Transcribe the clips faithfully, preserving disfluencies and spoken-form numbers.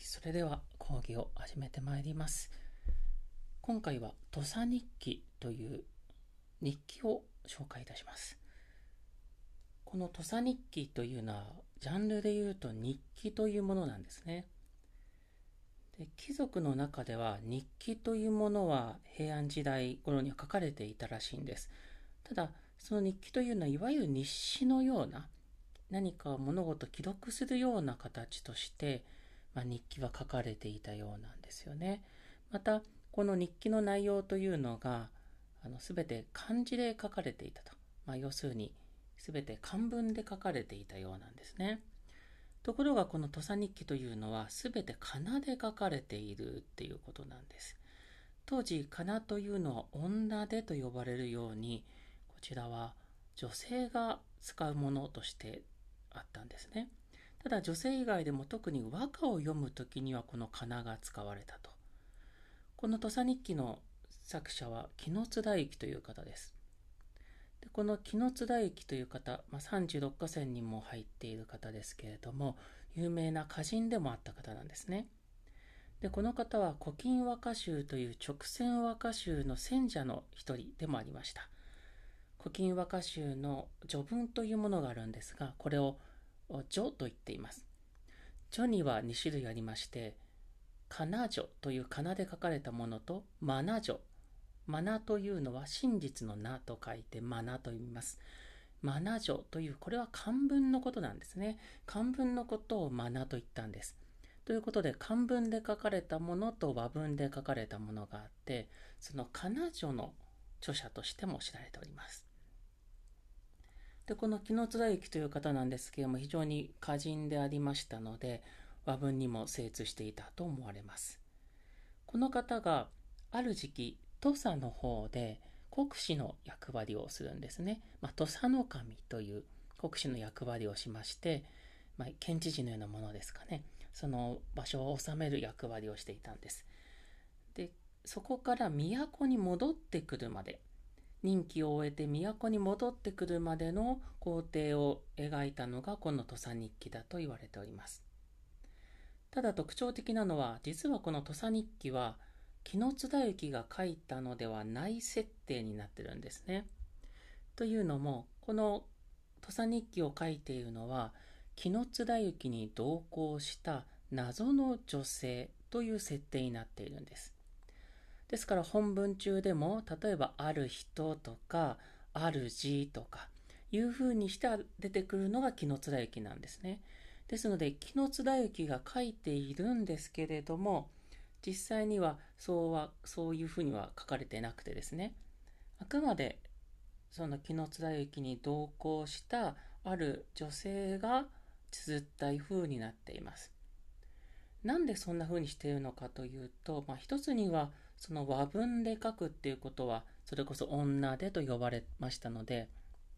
それでは講義を始めてまいります。今回は土佐日記という日記を紹介いたします。この土佐日記というのはジャンルで言うと日記というものなんですね。で、貴族の中では日記というものは平安時代頃には書かれていたらしいんです。ただその日記というのはいわゆる日誌のような何か物事を記録するような形としてまあ、日記は書かれていたようなんですよね。またこの日記の内容というのがあの全て漢字で書かれていたと、まあ、要するに全て漢文で書かれていたようなんですね。ところがこの土佐日記というのは全て仮名で書かれているっていうことなんです。当時仮名というのは女手と呼ばれるようにこちらは女性が使うものとしてあったんですね。ただ女性以外でも特に和歌を読むときにはこの仮名が使われたと。この土佐日記の作者は紀津田幸という方です。でこの紀津田幸という方、まあ、さんじゅうろっかせんにも入っている方ですけれども、有名な歌人でもあった方なんですね。でこの方は古今和歌集という直線和歌集の選者の一人でもありました。古今和歌集の序文というものがあるんですが、これを序と言っています。序にはに種類ありまして、かな序というかなで書かれたものと、まな序。まなというのは真実のなと書いてまなと読みます。まな序という、これは漢文のことなんですね。漢文のことをまなと言ったんです。ということで、漢文で書かれたものと和文で書かれたものがあって、そのかな序の著者としても知られております。でこの紀津田幸という方なんですけれども、非常に歌人でありましたので和文にも精通していたと思われます。この方がある時期土佐の方で国司の役割をするんですね。まあ、土佐守という国司の役割をしまして、まあ、県知事のようなものですかね、その場所を治める役割をしていたんです。でそこから都に戻ってくるまで、任期を終えて都に戻ってくるまでの工程を描いたのがこの土佐日記だと言われております。ただ特徴的なのは、実はこの土佐日記は紀津田幸が書いたのではない設定になってるんですね。というのも、この土佐日記を書いているのは紀津田幸に同行した謎の女性という設定になっているんです。ですから本文中でも例えばある人とかある字とかいう風にして出てくるのが紀津田幸なんですね。ですので紀津田幸が書いているんですけれども、実際にはそうはそういう風には書かれてなくてですね、あくまでその紀津田幸に同行したある女性が綴った風になっています。なんでそんな風にしているのかというと、まあ、一つにはその和文で書くっていうことはそれこそ女手と呼ばれましたので、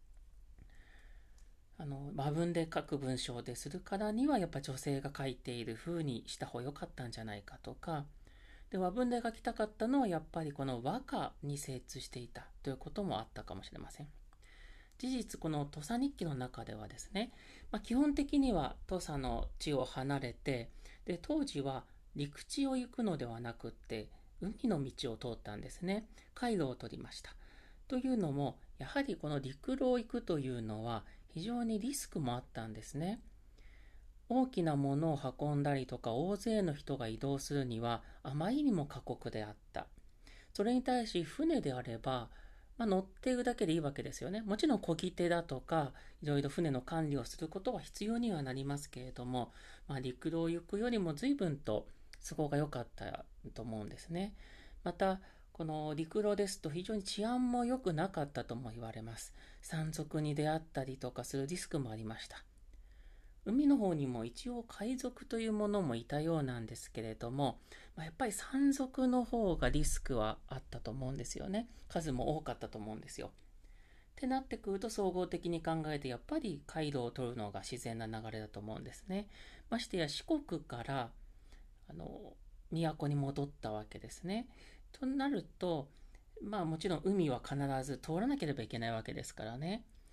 あの和文で書く文章でするからにはやっぱ女性が書いている風にした方が良かったんじゃないかとか、で和文で書きたかったのはやっぱりこの和歌に精通していたということもあったかもしれません。事実この土佐日記の中ではですね、まあ、基本的には土佐の地を離れて、で当時は陸地を行くのではなくって海の道を通ったんですね。海路を取りました。というのもやはりこの陸路を行くというのは非常にリスクもあったんですね。大きなものを運んだりとか大勢の人が移動するにはあまりにも過酷であった。それに対し船であれば、まあ、乗っているだけでいいわけですよね。もちろん漕ぎ手だとかいろいろ船の管理をすることは必要にはなりますけれども、まあ、陸路を行くよりも随分と都合が良かったと思うんですね。またこの陸路ですと非常に治安も良くなかったとも言われます。山賊に出会ったりとかするリスクもありました。海の方にも一応海賊というものもいたようなんですけれども、まあ、やっぱり山賊の方がリスクはあったと思うんですよね。数も多かったと思うんですよ。ってなってくると総合的に考えてやっぱり海路を取るのが自然な流れだと思うんですね。ましてや四国からあの都に戻ったわけですね。となるとまあもちろん海は必ず通らなければいけないわけですからね。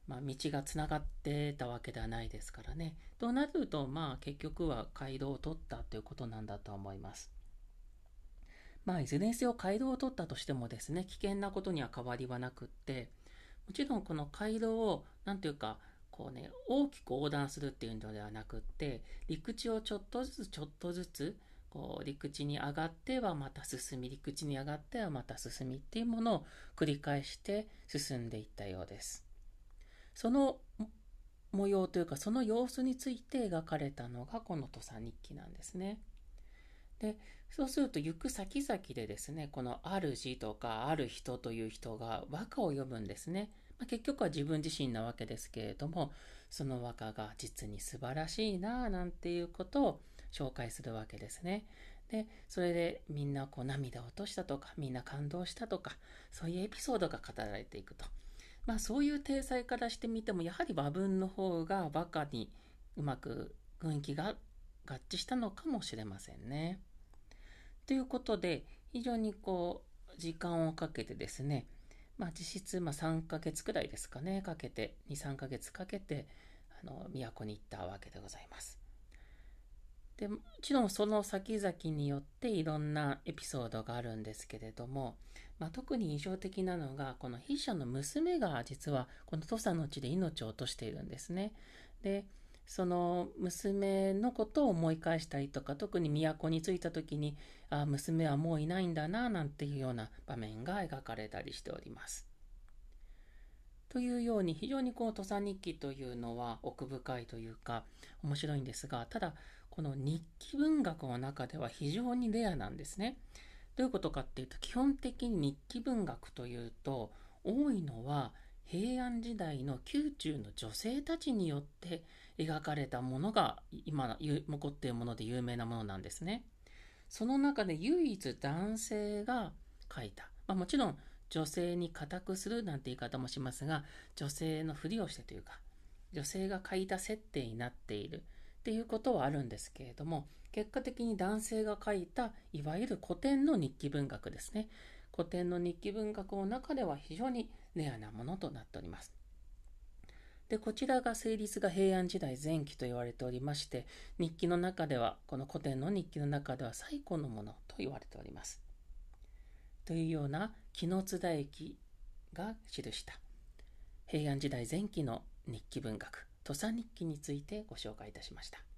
まあ、道がつながってたわけではないですからね。となると、まあ、結局は街道を取ったということなんだと思います。まあ、いずれにせよ街道を取ったとしてもですね、危険なことには変わりはなくって、もちろんこの街道を、なんというか、こうね、大きく横断するっていうのではなくって、陸地をちょっとずつちょっとずつ、こう陸地に上がってはまた進み、陸地に上がってはまた進みっていうものを繰り返して進んでいったようです。その模様というか、その様子について描かれたのがこの土佐日記なんですね。で、そうすると行く先々でですね、この主とかある人という人が和歌を読むんですね。まあ、結局は自分自身なわけですけれども、その和歌が実に素晴らしいなぁなんていうことを紹介するわけですね。で、それでみんなこう涙を落としたとか、みんな感動したとか、そういうエピソードが語られていくと。まあそういう体裁からしてみても、やはり和文の方が和歌にうまく雰囲気が合致したのかもしれませんね。ということで、非常にこう、時間をかけてですね、まあ実質まあさんかげつくらいですかね、かけて、に、さんかげつかけて、あの、都に行ったわけでございます。で、もちろんその先々によっていろんなエピソードがあるんですけれども、まあ、特に印象的なのが、この筆者の娘が実はこの土佐の地で命を落としているんですね。で、その娘のことを思い返したりとか、特に都に着いた時に、あ、娘はもういないんだな、なんていうような場面が描かれたりしております。というように非常にこう土佐日記というのは奥深いというか面白いんですが、ただこの日記文学の中では非常にレアなんですね。どういうことかっていうと、基本的に日記文学というと多いのは平安時代の宮中の女性たちによって描かれたものが今残っているもので有名なものなんですね。その中で唯一男性が書いた、まあ、もちろん女性に固くするなんて言い方もしますが、女性のふりをしてというか、女性が書いた設定になっているっていうことはあるんですけれども、結果的に男性が書いたいわゆる古典の日記文学ですね。古典の日記文学の中では非常にレアなものとなっております。で、こちらが成立が平安時代前期と言われておりまして、日記の中では、この古典の日記の中では最古のものと言われております。というような紀津田駅が記した平安時代前期の日記文学、土佐日記についてご紹介いたしました。